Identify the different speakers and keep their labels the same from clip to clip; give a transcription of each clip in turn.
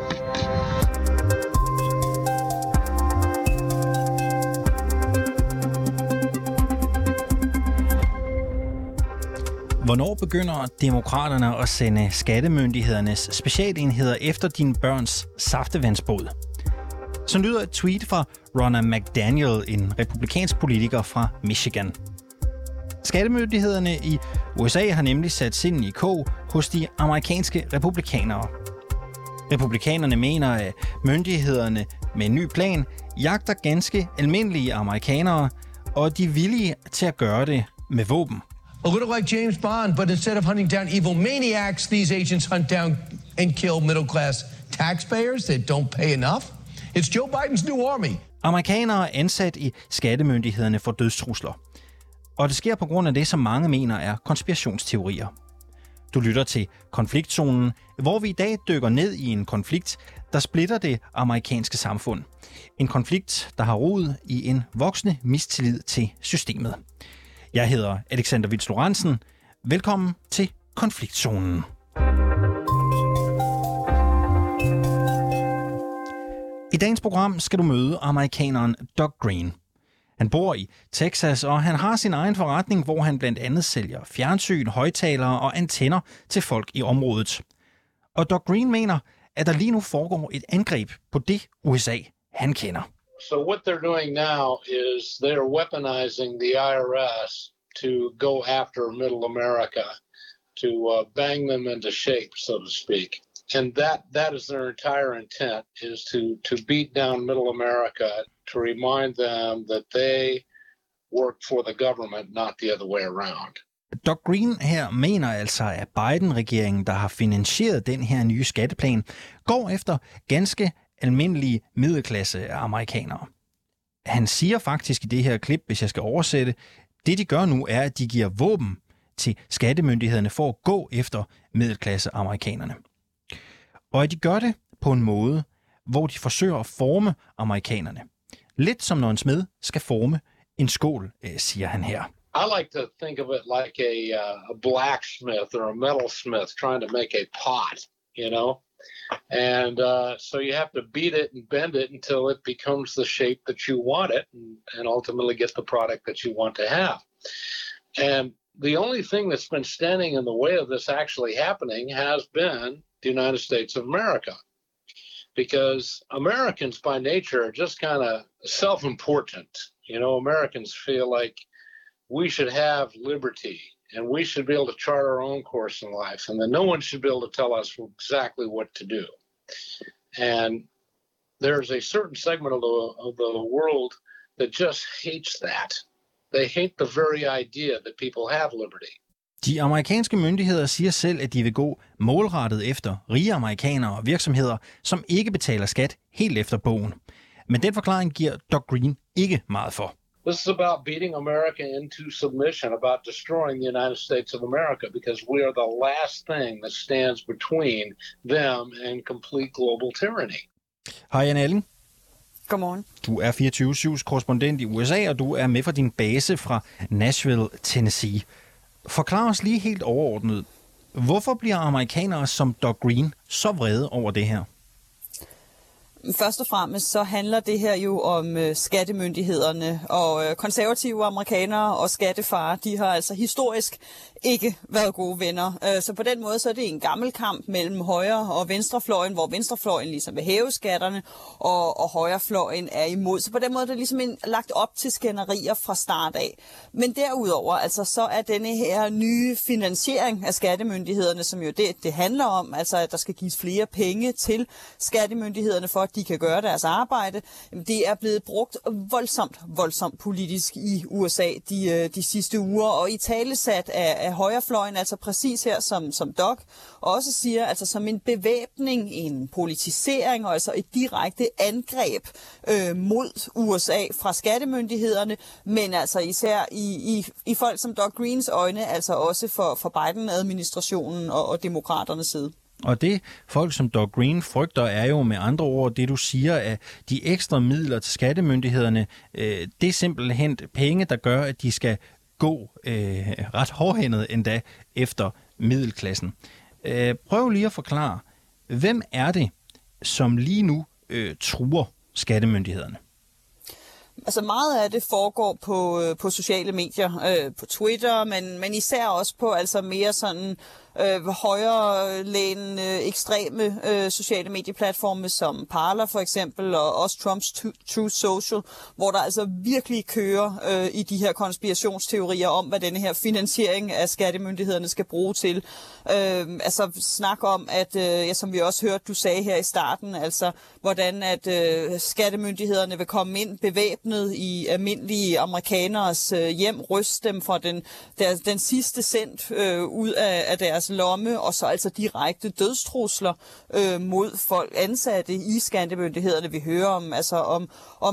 Speaker 1: Hvornår begynder demokraterne at sende skattemyndighedernes specialenheder efter dine børns saftevandsbåd? Så lyder et tweet fra Ronna McDaniel, en republikansk politiker fra Michigan. Skattemyndighederne i USA har nemlig sat sinden i kog hos de amerikanske republikanere. Republikanerne mener, at myndighederne med en ny plan jagter ganske almindelige amerikanere, og de er villige til at gøre det med våben.
Speaker 2: A little like James Bond, but instead of hunting down evil maniacs, these agents hunt down and kill middle-class taxpayers that don't pay enough. It's Joe Biden's new army.
Speaker 1: Amerikanere er ansat i skattemyndighederne for dødstrusler. Og det sker på grund af det, som mange mener er konspirationsteorier. Du lytter til Konfliktzonen, hvor vi i dag dykker ned i en konflikt, der splitter det amerikanske samfund. En konflikt, der har rod i en voksende mistillid til systemet. Jeg hedder Alexander Vils Lorentzen. Velkommen til Konfliktzonen. I dagens program skal du møde amerikaneren Doug Green. Han bor i Texas, og han har sin egen forretning, hvor han blandt andet sælger fjernsyn, højttalere og antenner til folk i området. Og Doug Green mener, at der lige nu foregår et angreb på det USA, han kender.
Speaker 3: So what they're doing now is they're weaponizing the IRS to go after Middle America, to bang them into shape, so to speak. And that is their entire intent, is to beat down Middle America, to remind them that they work for the government, not the other way around.
Speaker 1: Doug Green her mener altså, at Biden-regeringen, der har finansieret den her nye skatteplan, går efter ganske almindelige middelklasse amerikanere. Han siger faktisk i det her klip, hvis jeg skal oversætte, det de gør nu er, at de giver våben til skattemyndighederne for at gå efter middelklasse amerikanerne. Og at de gør det på en måde, hvor de forsøger at forme amerikanerne. Lidt som når en smed skal forme en skål, siger han her.
Speaker 3: I like to think of it like a blacksmith or a metalsmith trying to make a pot, you know? And so you have to beat it and bend it until it becomes the shape that you want it and ultimately get the product that you want to have. And the only thing that's been standing in the way of this actually happening has been the United States of America. Because Americans by nature are just kind of self-important. You know, Americans feel like we should have liberty and we should be able to chart our own course in life, and that no one should be able to tell us exactly what to do. And there's a certain segment of the world that just hates that. They hate the very idea that people have liberty.
Speaker 1: De amerikanske myndigheder siger selv, at de vil gå målrettet efter rige amerikanere og virksomheder, som ikke betaler skat helt efter bogen. Men den forklaring giver Doug Green ikke meget for.
Speaker 3: This is about beating America into submission, about destroying the United States of America, because we are the last thing that stands between them and complete global tyranny.
Speaker 1: Hej, Jan Alling.
Speaker 4: Godmorgen.
Speaker 1: Du er 24/7's korrespondent i USA, og du er med fra din base fra Nashville, Tennessee. Forklar os lige helt overordnet. Hvorfor bliver amerikanere som Doug Green så vrede over det her?
Speaker 4: Først og fremmest så handler det her jo om skattemyndighederne, og konservative amerikanere og skattefarer, de har altså historisk ikke været gode venner. Så på den måde så er det en gammel kamp mellem højre- og venstrefløjen, hvor venstrefløjen ligesom vil hæve skatterne, og højrefløjen er imod. Så på den måde er det ligesom lagt op til skænderier fra start af. Men derudover, altså så er denne her nye finansiering af skattemyndighederne, som jo det handler om, altså at der skal gives flere penge til for at de kan gøre deres arbejde, det er blevet brugt voldsomt politisk i USA de sidste uger, og i talesat af højrefløjen, altså præcis her som Doug også siger, altså som en bevæbning, en politisering, og altså et direkte angreb mod USA fra skattemyndighederne, men altså især i folk som Doug Greens øjne, altså også for Biden-administrationen og demokraternes side.
Speaker 1: Og det folk som Doug Green frygter er jo med andre ord det, du siger, at de ekstra midler til skattemyndighederne, det er simpelthen penge, der gør, at de skal gå ret hårdhændet endda efter middelklassen. Prøv lige at forklare, hvem er det, som lige nu truer skattemyndighederne?
Speaker 4: Altså meget af det foregår på sociale medier, på Twitter, men især også på altså mere sådan højrelæn ekstreme sociale medieplatforme som Parler for eksempel, og også Trumps Truth Social, hvor der altså virkelig kører i de her konspirationsteorier om, hvad denne her finansiering af skattemyndighederne skal bruge til. Altså snak om, at som vi også hørte, du sagde her i starten, altså hvordan at skattemyndighederne vil komme ind bevæbnet i almindelige amerikaneres hjem, ryste dem fra den sidste cent ud af deres lomme, og så altså direkte dødstrusler mod folk ansatte i skattemyndighederne. Vi hører om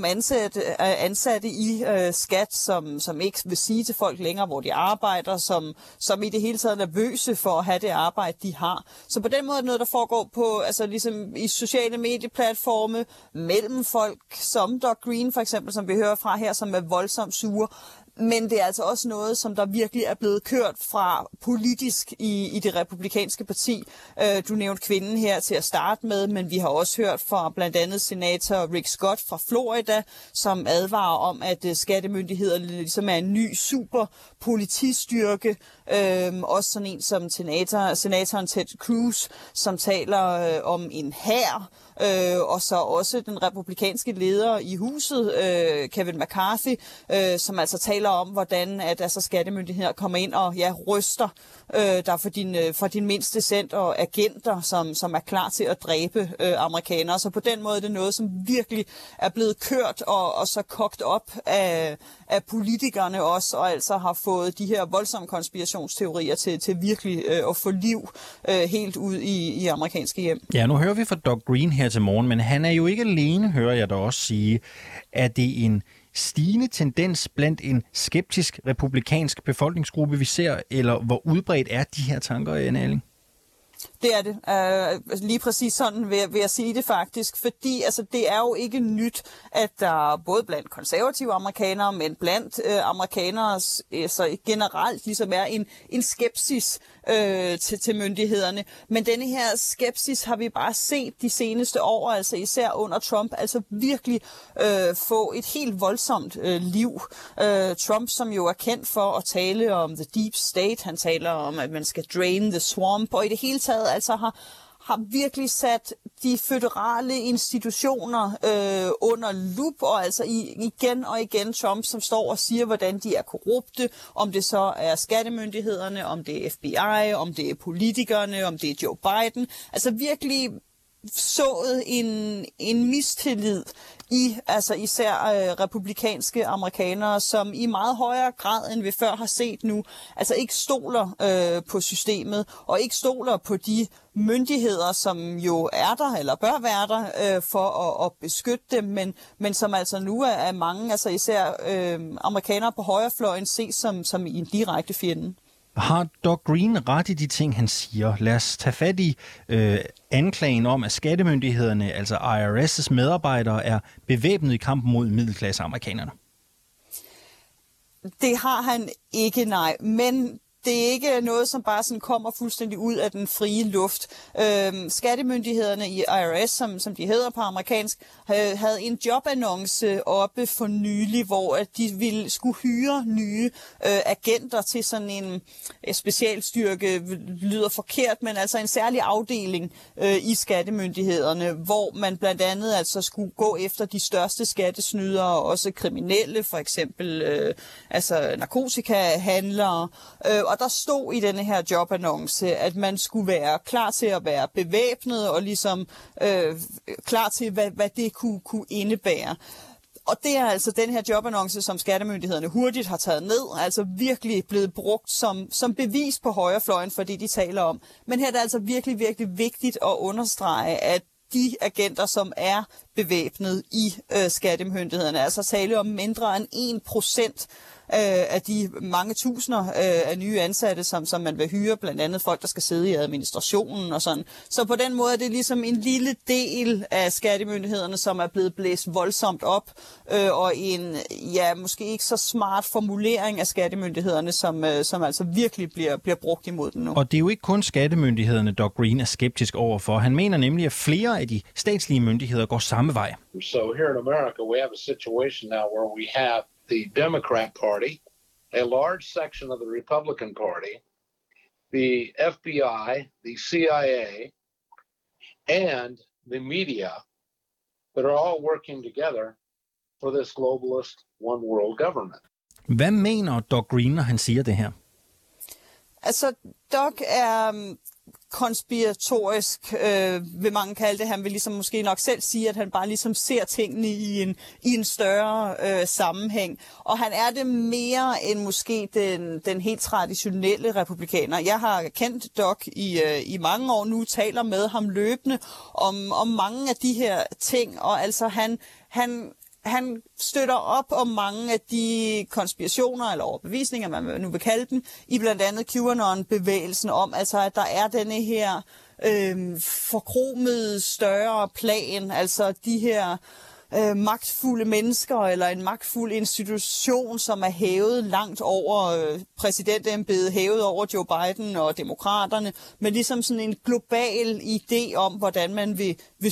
Speaker 4: ansatte i skat, som ikke vil sige til folk længere, hvor de arbejder, som i det hele taget er nervøse for at have det arbejde, de har. Så på den måde er det noget, der foregår på, altså ligesom i sociale medieplatforme, mellem folk, som Doug Green for eksempel, som vi hører fra her, som er voldsomt sure. Men det er altså også noget, som der virkelig er blevet kørt fra politisk i det republikanske parti. Du nævnte kvinden her til at starte med, men vi har også hørt fra blandt andet senator Rick Scott fra Florida, som advarer om, at skattemyndighederne ligesom er en ny super politistyrke. Også sådan en som senatoren Ted Cruz, som taler om en hær. Og så også den republikanske leder i huset, Kevin McCarthy, som altså taler om, hvordan at altså skattemyndigheder kommer ind og ryster der for din mindste cent og agenter, som er klar til at dræbe amerikanere. Så på den måde er det noget, som virkelig er blevet kørt og så kogt op af politikerne også, og altså har fået de her voldsomme konspirationsteorier til virkelig at få liv helt ud i amerikanske hjem.
Speaker 1: Ja, nu hører vi fra Doug Green her til morgen, men han er jo ikke alene, hører jeg da også sige, at det er en stigende tendens blandt en skeptisk republikansk befolkningsgruppe, vi ser, eller hvor udbredt er de her tanker, Anne Alling?
Speaker 4: Det er det. Lige præcis sådan vil jeg sige det faktisk, fordi altså, det er jo ikke nyt, at der både blandt konservative amerikanere, men blandt amerikanere så generelt ligesom er en skepsis til myndighederne. Men denne her skepsis har vi bare set de seneste år, altså især under Trump, altså virkelig få et helt voldsomt liv. Trump, som jo er kendt for at tale om the deep state, han taler om, at man skal drain the swamp, og i det hele taget altså har virkelig sat de føderale institutioner under lup, og altså igen og igen Trump, som står og siger, hvordan de er korrupte, om det så er skattemyndighederne, om det er FBI, om det er politikerne, om det er Joe Biden. Altså virkelig sået en mistillid i altså især republikanske amerikanere, som i meget højere grad end vi før har set nu, altså ikke stoler på systemet og ikke stoler på de myndigheder, som jo er der eller bør være der for at beskytte dem, men som altså nu er mange, altså især amerikanere på højrefløjen, ses som en direkte fjende.
Speaker 1: Har Doug Green ret i de ting, han siger? Lad os tage fat i anklagen om, at skattemyndighederne, altså IRS' medarbejdere, er bevæbnet i kampen mod middelklasseamerikanerne. Det
Speaker 4: har han ikke, nej. Men det er ikke noget, som bare sådan kommer fuldstændig ud af den frie luft. Skattemyndighederne i IRS, som de hedder på amerikansk, havde en jobannonce oppe for nylig, hvor at de skulle hyre nye agenter til sådan en specialstyrke, lyder forkert, men altså en særlig afdeling i skattemyndighederne, hvor man blandt andet altså skulle gå efter de største skattesnydere, og også kriminelle, for eksempel altså narkotikahandlere. Og der stod i denne her jobannonce, at man skulle være klar til at være bevæbnet og ligesom klar til, hvad det kunne indebære. Og det er altså den her jobannonce, som skattemyndighederne hurtigt har taget ned, altså virkelig blevet brugt som bevis på højrefløjen for det, de taler om. Men her er det altså virkelig, virkelig vigtigt at understrege, at de agenter, som er bevæbnet i skattemyndighederne. Altså tale om mindre end 1% af de mange tusinder af nye ansatte, som man vil hyre, blandt andet folk, der skal sidde i administrationen og sådan. Så på den måde er det ligesom en lille del af skattemyndighederne, som er blevet blæst voldsomt op, og en, måske ikke så smart formulering af skattemyndighederne, som altså virkelig bliver brugt imod dem nu.
Speaker 1: Og det er jo ikke kun skattemyndighederne, Doug Green er skeptisk overfor. Han mener nemlig, at flere af de statslige myndigheder går samme vej.
Speaker 3: So here in America, we have a situation now where we have the Democrat Party, a large section of the Republican Party, the FBI, the CIA, and the media that are all working together for this globalist one world government.
Speaker 1: Hvad mener Doug Green, når han siger det her?
Speaker 4: Altså, Doug er konspiratorisk, vil mange kalde det. Han vil ligesom måske nok selv sige, at han bare ligesom ser tingene i en større sammenhæng. Og han er det mere end måske den helt traditionelle republikaner. Jeg har kendt Doug i mange år nu, taler med ham løbende om mange af de her ting, og altså han støtter op om mange af de konspirationer eller overbevisninger, man nu vil kalde dem, i blandt andet QAnon-bevægelsen om, altså at der er denne her forkromede større plan, altså de her magtfulde mennesker eller en magtfuld institution, som er hævet langt over præsidentembedet, hævet over Joe Biden og demokraterne, men ligesom sådan en global idé om, hvordan man vil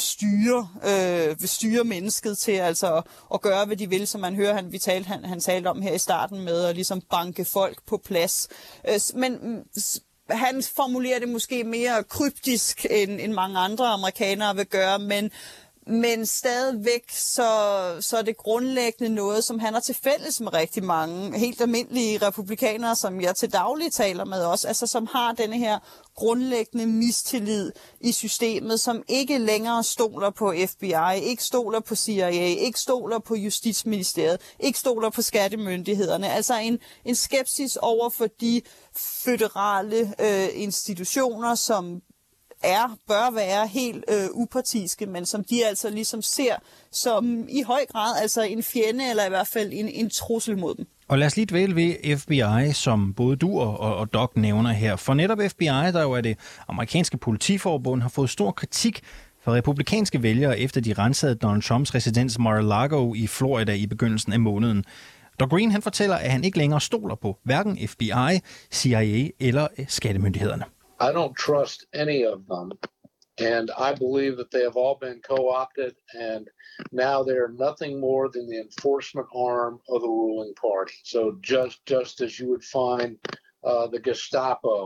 Speaker 4: styre mennesket til altså at gøre, hvad de vil, som man hører, han talte om her i starten med at ligesom banke folk på plads. Men han formulerer det måske mere kryptisk, end mange andre amerikanere vil gøre, men stadigvæk så er det grundlæggende noget, som han har til fælles med rigtig mange helt almindelige republikanere, som jeg til daglig taler med også, altså som har denne her grundlæggende mistillid i systemet, som ikke længere stoler på FBI, ikke stoler på CIA, ikke stoler på Justitsministeriet, ikke stoler på skattemyndighederne. Altså en skepsis over for de føderale institutioner, som bør være helt upartiske, men som de altså ligesom ser som i høj grad altså en fjende, eller i hvert fald en trussel mod dem.
Speaker 1: Og lad os lige dvæle ved FBI, som både du og Doug nævner her. For netop FBI, der jo er det amerikanske politiforbund, har fået stor kritik fra republikanske vælgere, efter de rensede Donald Trumps residens Mar-a-Lago i Florida i begyndelsen af måneden. Doug Green, han fortæller, at han ikke længere stoler på hverken FBI, CIA eller skattemyndighederne.
Speaker 3: I don't trust any of them, and I believe that they have all been co-opted, and now they're nothing more than the enforcement arm of the ruling party. So just as you would find the Gestapo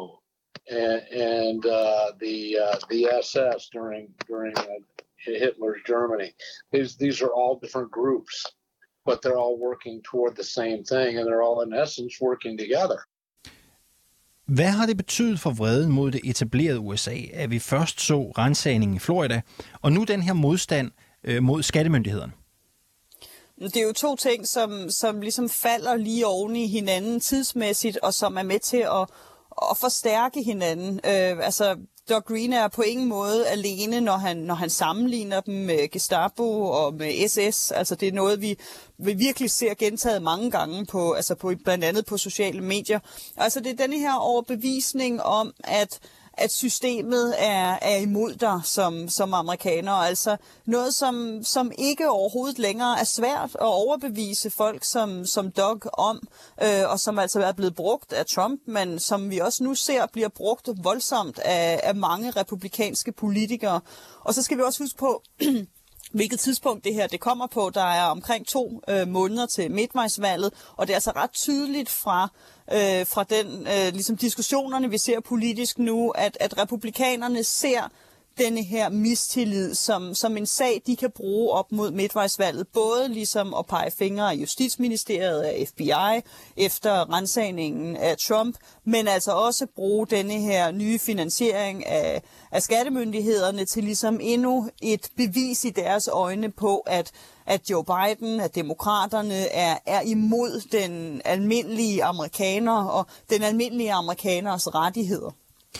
Speaker 3: and the SS during Hitler's Germany, these are all different groups, but they're all working toward the same thing, and they're all in essence working together.
Speaker 1: Hvad har det betydet for vreden mod det etablerede USA, at vi først så ransagningen i Florida, og nu den her modstand mod skattemyndighederne?
Speaker 4: Det er jo to ting, som ligesom falder lige oven i hinanden tidsmæssigt, og som er med til at forstærke hinanden. Doug Green er på ingen måde alene, når han sammenligner dem med Gestapo og med SS. Altså det er noget, vi virkelig ser gentaget mange gange på blandt andet på sociale medier. Altså det er denne her overbevisning om, at systemet er imod dig som amerikaner. Altså noget, som ikke overhovedet længere er svært at overbevise folk som Doug om, og som altså er blevet brugt af Trump, men som vi også nu ser bliver brugt voldsomt af mange republikanske politikere. Og så skal vi også huske på, hvilket tidspunkt det kommer på. Der er omkring 2 måneder til midtvejsvalget, og det er altså ret tydeligt fra den ligesom diskussionerne, vi ser politisk nu, at republikanerne ser denne her mistillid som en sag, de kan bruge op mod midtvejsvalget. Både ligesom at pege fingre af Justitsministeriet, af FBI, efter rensagningen af Trump, men altså også bruge denne her nye finansiering af skattemyndighederne til ligesom endnu et bevis i deres øjne på, at Joe Biden, at demokraterne er imod den almindelige amerikaner og den almindelige amerikaners rettigheder.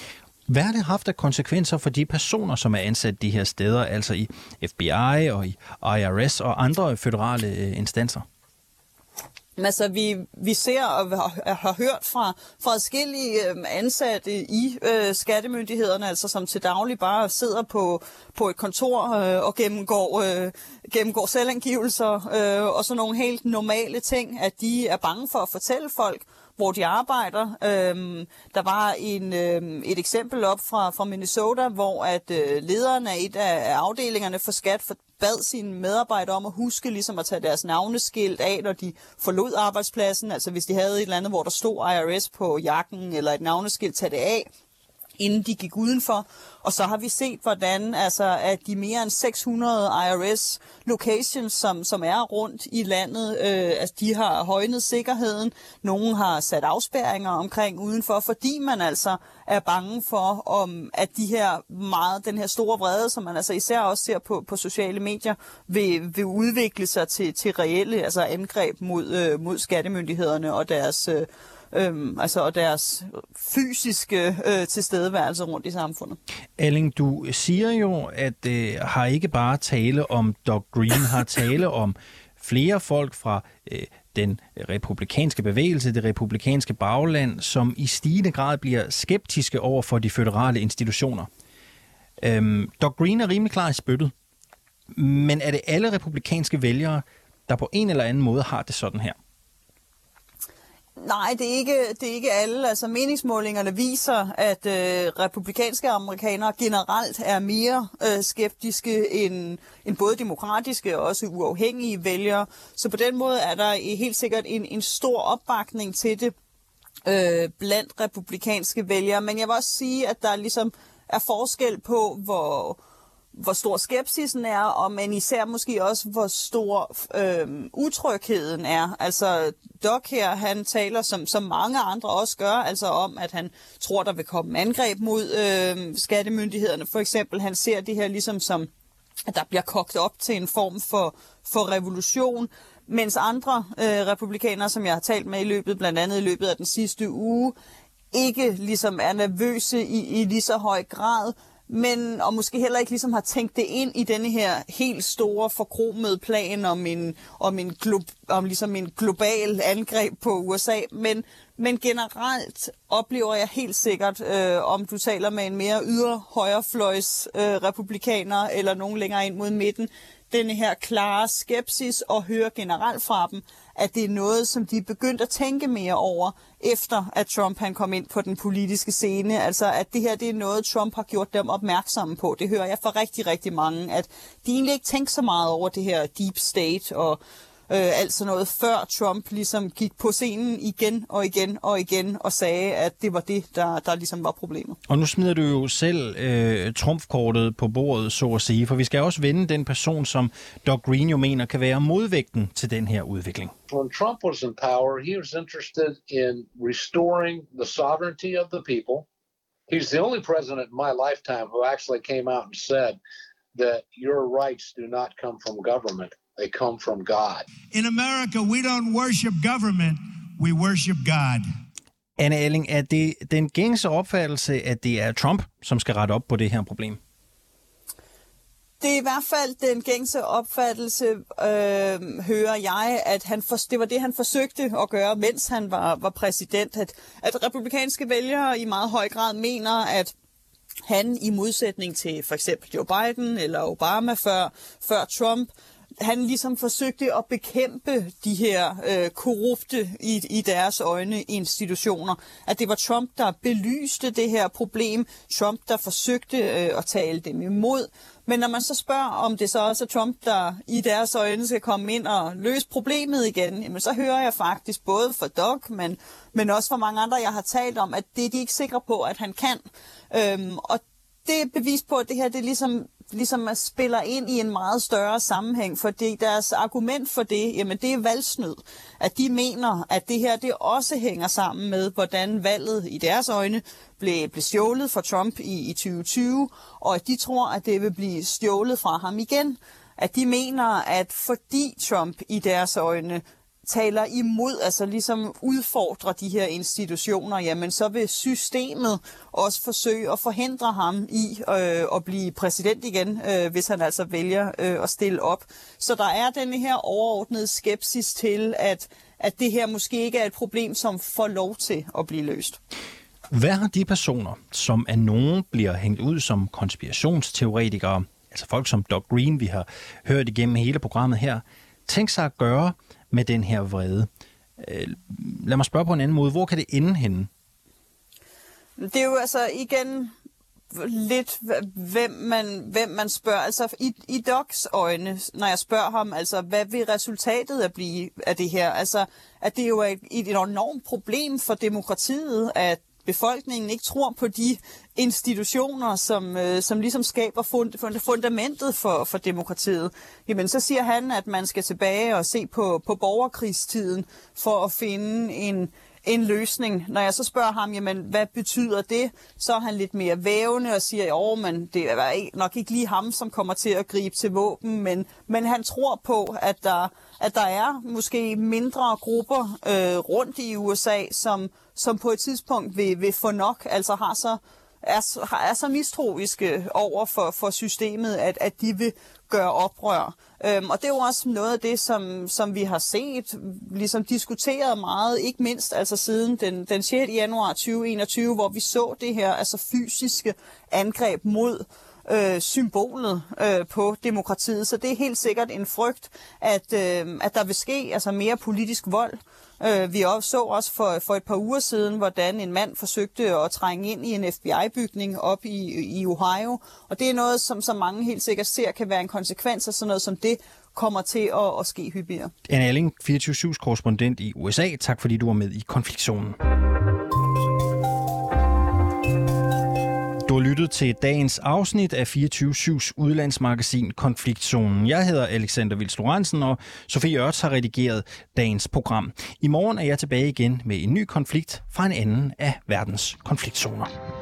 Speaker 1: Hvad har det haft af konsekvenser for de personer, som er ansat de her steder, altså i FBI og i IRS og andre føderale instanser?
Speaker 4: Altså, vi ser og har hørt fra forskellige ansatte i skattemyndighederne, altså som til daglig bare sidder på et kontor og gennemgår selvangivelser og sådan nogle helt normale ting, at de er bange for at fortælle folk, hvor de arbejder. Der var et eksempel op fra Minnesota, hvor at lederen af et af afdelingerne for skat bad sine medarbejdere om at huske ligesom at tage deres navneskilt af, når de forlod arbejdspladsen. Altså hvis de havde et eller andet, hvor der stod IRS på jakken eller et navneskilt, tage det af, inden de gik udenfor. Og så har vi set, hvordan altså, at de mere end 600 IRS locations, som er rundt i landet, altså, de har højnet sikkerheden. Nogle har sat afspærringer omkring udenfor, fordi man altså er bange for, at den her store vrede, som man altså især også ser på sociale medier, vil udvikle sig til reelle altså angreb mod skattemyndighederne og deres og deres fysiske tilstedeværelse rundt i samfundet.
Speaker 1: Elling, du siger jo, at har ikke bare tale om Doug Green, har tale om flere folk fra den republikanske bevægelse, det republikanske bagland, som i stigende grad bliver skeptiske over for de føderale institutioner. Doug Green er rimelig klar i spyttet, men er det alle republikanske vælgere, der på en eller anden måde har det sådan her?
Speaker 4: Nej, det er ikke alle. Altså meningsmålingerne viser, at republikanske amerikanere generelt er mere skeptiske end både demokratiske og også uafhængige vælgere. Så på den måde er der helt sikkert en stor opbakning til det blandt republikanske vælgere. Men jeg vil også sige, at der ligesom er forskel på, hvor stor skepsisen er, og men især måske også, hvor stor utrygheden er. Altså, Doug her, han taler, som mange andre også gør, altså om, at han tror, der vil komme angreb mod skattemyndighederne. For eksempel, han ser det her ligesom som, at der bliver kogt op til en form for revolution, mens andre republikanere, som jeg har talt med blandt andet i løbet af den sidste uge, ikke ligesom er nervøse i lige så høj grad, og måske heller ikke ligesom har tænkt det ind i denne her helt store forkromede plan om ligesom en global angreb på USA. Men generelt oplever jeg helt sikkert, om du taler med en mere højrefløjs republikaner eller nogen længere ind mod midten, denne her klare skepsis og høre generelt fra dem, at det er noget, som de er begyndt at tænke mere over, efter at Trump han kom ind på den politiske scene. Altså, at det her det er noget, Trump har gjort dem opmærksomme på. Det hører jeg fra rigtig, rigtig mange, at de egentlig ikke tænker så meget over det her deep state og alt sådan noget, før Trump ligesom gik på scenen igen og sagde, at det var det, der ligesom var problemet. Og
Speaker 1: nu smider du jo selv trumfkortet på bordet, så at sige, for vi skal også vende den person, som Doug Green jo mener kan være modvægten til den her udvikling.
Speaker 3: When Trump was in power, he was interested in restoring the sovereignty of the people. He's the only president in my lifetime who actually came out and said that your rights do not come from government. They come from God.
Speaker 5: In America, we don't worship government, we worship God.
Speaker 1: Anne Elling, er det den gængse opfattelse, at det er Trump, som skal rette op på det her problem?
Speaker 4: Det er i hvert fald den gængse opfattelse, hører jeg, at det var det, han forsøgte at gøre, mens han var præsident. At republikanske vælgere i meget høj grad mener, at han i modsætning til for eksempel Joe Biden eller Obama før Trump, han ligesom forsøgte at bekæmpe de her korrupte i deres øjne institutioner. At det var Trump, der belyste det her problem. Trump, der forsøgte at tale dem imod. Men når man så spørger, om det så også er Trump, der i deres øjne skal komme ind og løse problemet igen, jamen så hører jeg faktisk både for Doug, men også for mange andre, jeg har talt om, at det er de ikke sikre på, at han kan. Og det er bevis på, at det her det ligesom spiller ind i en meget større sammenhæng, fordi deres argument for det, jamen det er valgsnyd. At de mener, at det her det også hænger sammen med, hvordan valget i deres øjne blev stjålet fra Trump i 2020, og at de tror, at det vil blive stjålet fra ham igen. At de mener, at fordi Trump i deres øjne taler imod, altså ligesom udfordrer de her institutioner, jamen så vil systemet også forsøge at forhindre ham i at blive præsident igen, hvis han altså vælger at stille op. Så der er denne her overordnede skepsis til, at det her måske ikke er et problem, som får lov til at blive løst.
Speaker 1: Hvad har de personer, som af nogen bliver hængt ud som konspirationsteoretikere, altså folk som Doug Green, vi har hørt igennem hele programmet her, tænkt sig at gøre med den her vrede? Lad mig spørge på en anden måde. Hvor kan det ende henne?
Speaker 4: Det er jo altså igen lidt, hvem man spørger. Altså i Docs øjne, når jeg spørger ham, altså hvad vil resultatet at blive af det her? Altså at det jo er et enormt problem for demokratiet, at befolkningen ikke tror på de institutioner, som ligesom skaber fundamentet for demokratiet. Jamen, så siger han, at man skal tilbage og se på borgerkrigstiden for at finde en løsning. Når jeg så spørger ham, jamen, hvad betyder det? Så er han lidt mere vævende og siger, men det er nok ikke lige ham, som kommer til at gribe til våben, men han tror på, at der er måske mindre grupper rundt i USA, som på et tidspunkt vil få nok, altså er så mistroiske over for systemet, at de vil gøre oprør. Og det er jo også noget af det, som vi har set, ligesom diskuteret meget, ikke mindst altså siden den 6. januar 2021, hvor vi så det her altså fysiske angreb mod symbolet på demokratiet. Så det er helt sikkert en frygt, at der vil ske altså mere politisk vold. Vi så også for et par uger siden, hvordan en mand forsøgte at trænge ind i en FBI-bygning op i Ohio. Og det er noget, som mange helt sikkert ser kan være en konsekvens af sådan noget som det kommer til at ske hyppigere. Anne
Speaker 1: Alling, 24/7's korrespondent i USA. Tak fordi du var med i konfliktzonen. Du har lyttet til dagens afsnit af 24/7's udlandsmagasin Konfliktzonen. Jeg hedder Alexander Vils Lorentzen, og Sofie Ørts har redigeret dagens program. I morgen er jeg tilbage igen med en ny konflikt fra en anden af verdens konfliktzoner.